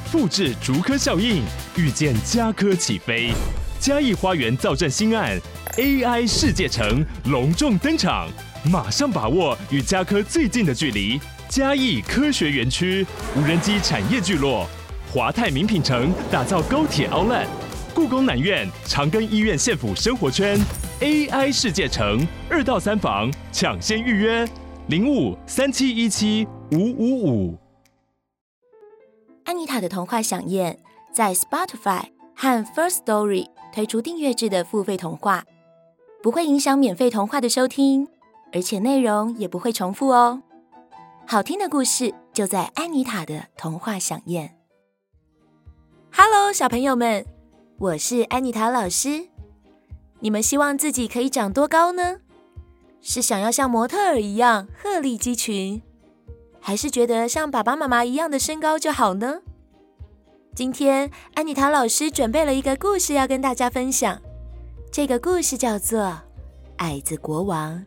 复制竹科效应，预见家科起飞。嘉义花园造镇新案 AI 世界城隆重登场，马上把握与家科最近的距离。嘉义科学园区、无人机产业聚落、华泰名品城打造高铁 Outlet， 故宫南院、长庚医院县府生活圈 AI 世界城2到3房抢先预约0537175555。 安妮塔的童话飨宴在 Spotify 和 First Story 推出订阅制的付费童话，不会影响免费童话的收听，而且内容也不会重复哦。好听的故事就在安妮塔的童话飨宴。Hello， 小朋友们，我是安妮塔老师。你们希望自己可以长多高呢？是想要像模特儿一样鹤立鸡群，还是觉得像爸爸妈妈一样的身高就好呢？今天安妮塔老师准备了一个故事要跟大家分享，这个故事叫做《矮子国王》。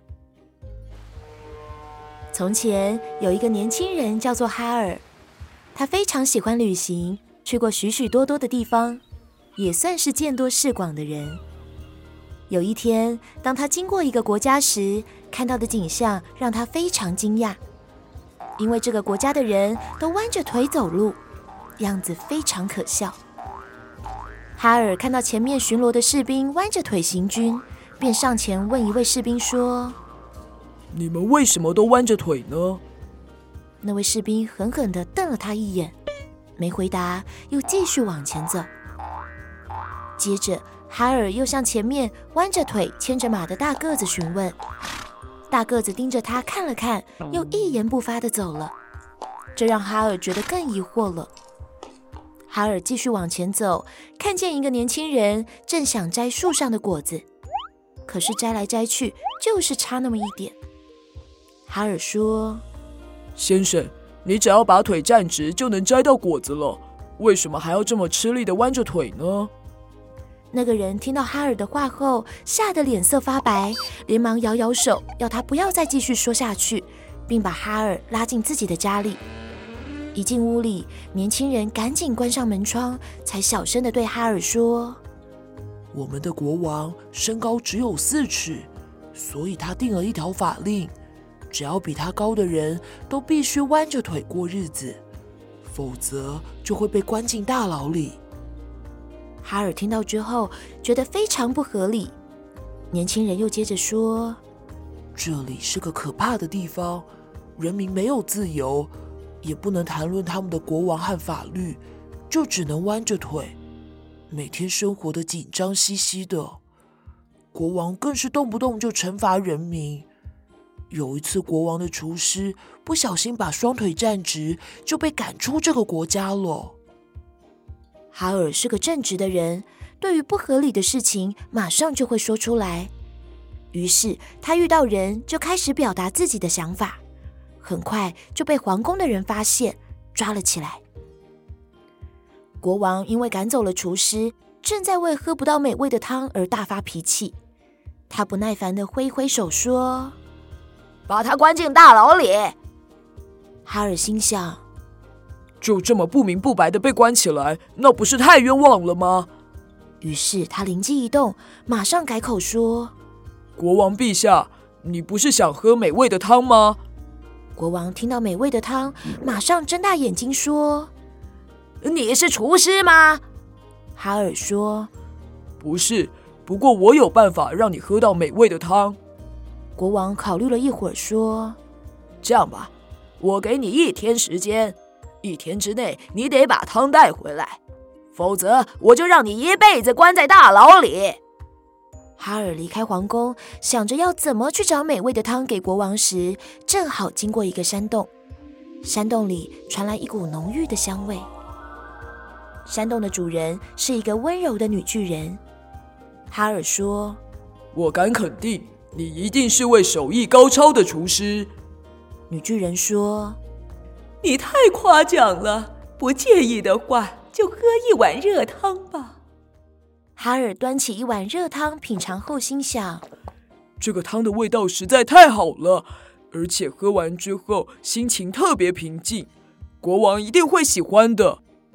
从前有一个年轻人叫做哈尔，他非常喜欢旅行，去过许许多多的地方，也算是见多识广的人。有一天，当他经过一个国家时，看到的景象让他非常惊讶，因为这个国家的人都弯着腿走路，样子非常可笑。哈尔看到前面巡逻的士兵弯着腿行军，便上前问一位士兵说： 你们为什么都弯着腿呢？ 那位士兵狠狠地瞪了他一眼，没回答，又继续往前走。接着哈尔又向前面弯着腿牵着马的大个子询问，大个子盯着他看了看，又一言不发地走了，这让哈尔觉得更疑惑了。哈尔继续往前走，看见一个年轻人正想摘树上的果子，可是摘来摘去就是差那么一点。哈尔说： 先生，你只要把腿站直就能摘到果子了，为什么还要这么吃力地弯着腿呢？ 那个人听到哈尔的话后，吓得脸色发白，连忙摇摇手，要他不要再继续说下去，并把哈尔拉进自己的家里。一进屋里，年轻人赶紧关上门窗，才小声地对哈尔说： 我们的国王身高只有4尺，所以他定了一条法令，只要比他高的人都必须弯着腿过日子，否则就会被关进大牢里。 哈尔听到之后觉得非常不合理，年轻人又接着说： 这里是个可怕的地方，人民没有自由，也不能谈论他们的国王和法律，就只能弯着腿，每天生活得紧张兮兮的。国王更是动不动就惩罚人民。有一次，国王的厨师不小心把双腿站直，就被赶出这个国家了。 哈尔是个正直的人，对于不合理的事情马上就会说出来。于是他遇到人就开始表达自己的想法，很快就被皇宫的人发现，抓了起来。国王因为赶走了厨师，正在为喝不到美味的汤而大发脾气。他不耐烦地挥挥手说：把他关进大牢里。哈尔心想， 就这么不明不白地被关起来，那不是太冤枉了吗？ 于是他灵机一动，马上改口说： 国王陛下，你不是想喝美味的汤吗？ 国王听到美味的汤，马上睁大眼睛说：你是厨师吗？哈尔说： 不是，不过我有办法让你喝到美味的汤。 国王考虑了一会儿说： 这样吧，我给你1天时间，1天之内你得把汤带回来，否则我就让你一辈子关在大牢里。 哈尔离开皇宫，想着要怎么去找美味的汤给国王时，正好经过一个山洞，山洞里传来一股浓郁的香味。山洞的主人是一个温柔的女巨人。哈尔说： 我敢肯定，你一定是位手艺高超的厨师。 女巨人说： 你太夸奖了，不介意的话就喝一碗热汤吧。 哈尔端起一碗热汤品尝后心想， 这个汤的味道实在太好了，而且喝完之后心情特别平静，国王一定会喜欢的。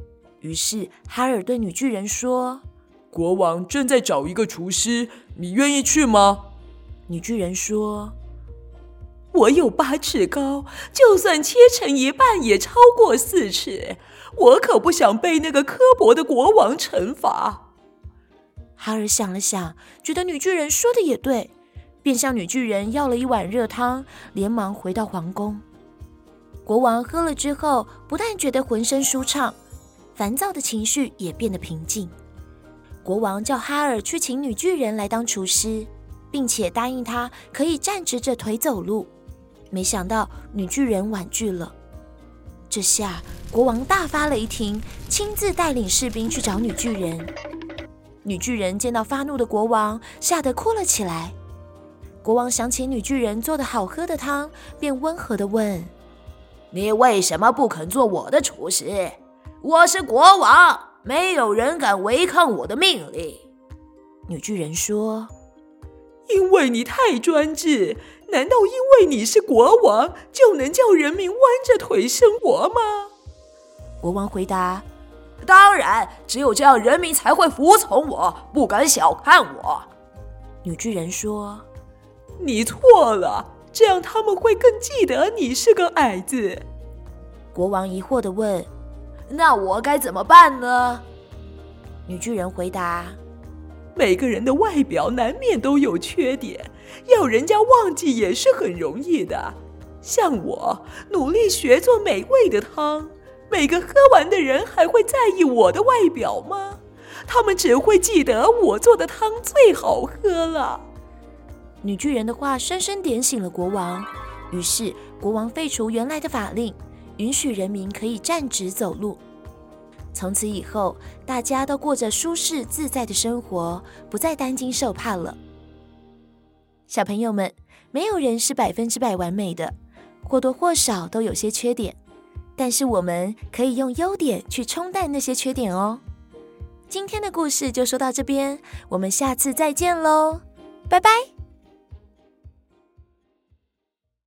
于是哈尔对女巨人说： 国王正在找一个厨师，你愿意去吗？ 女巨人说： 我有8尺高，就算切成一半也超过4尺，我可不想被那个刻薄的国王惩罚。 哈尔想了想，觉得女巨人说的也对，便向女巨人要了一碗热汤，连忙回到皇宫。国王喝了之后，不但觉得浑身舒畅，烦躁的情绪也变得平静。国王叫哈尔去请女巨人来当厨师，并且答应他可以站直着腿走路。没想到女巨人婉拒了。这下国王大发雷霆，亲自带领士兵去找女巨人。女巨人见到发怒的国王，吓得哭了起来。国王想起女巨人做的好喝的汤，便温和地问：你为什么不肯做我的厨师？我是国王，没有人敢违抗我的命令。女巨人说： 因为你太专制，难道因为你是国王，就能叫人民弯着腿生活吗？ 国王回答：当然，只有这样人民才会服从我，不敢小看我。女巨人说： 你错了，这样他们会更记得你是个矮子。 国王疑惑地问：那我该怎么办呢？女巨人回答： 每个人的外表难免都有缺点，要人家忘记也是很容易的。像我努力学做美味的汤，每个喝完的人还会在意我的外表吗？他们只会记得我做的汤最好喝了。 女巨人的话深深点醒了国王，于是国王废除原来的法令，允许人民可以站直走路。从此以后，大家都过着舒适自在的生活，不再担惊受怕了。小朋友们，没有人是100%完美的，或多或少都有些缺点，但是我们可以用优点去冲淡那些缺点哦。今天的故事就说到这边，我们下次再见喽，拜拜。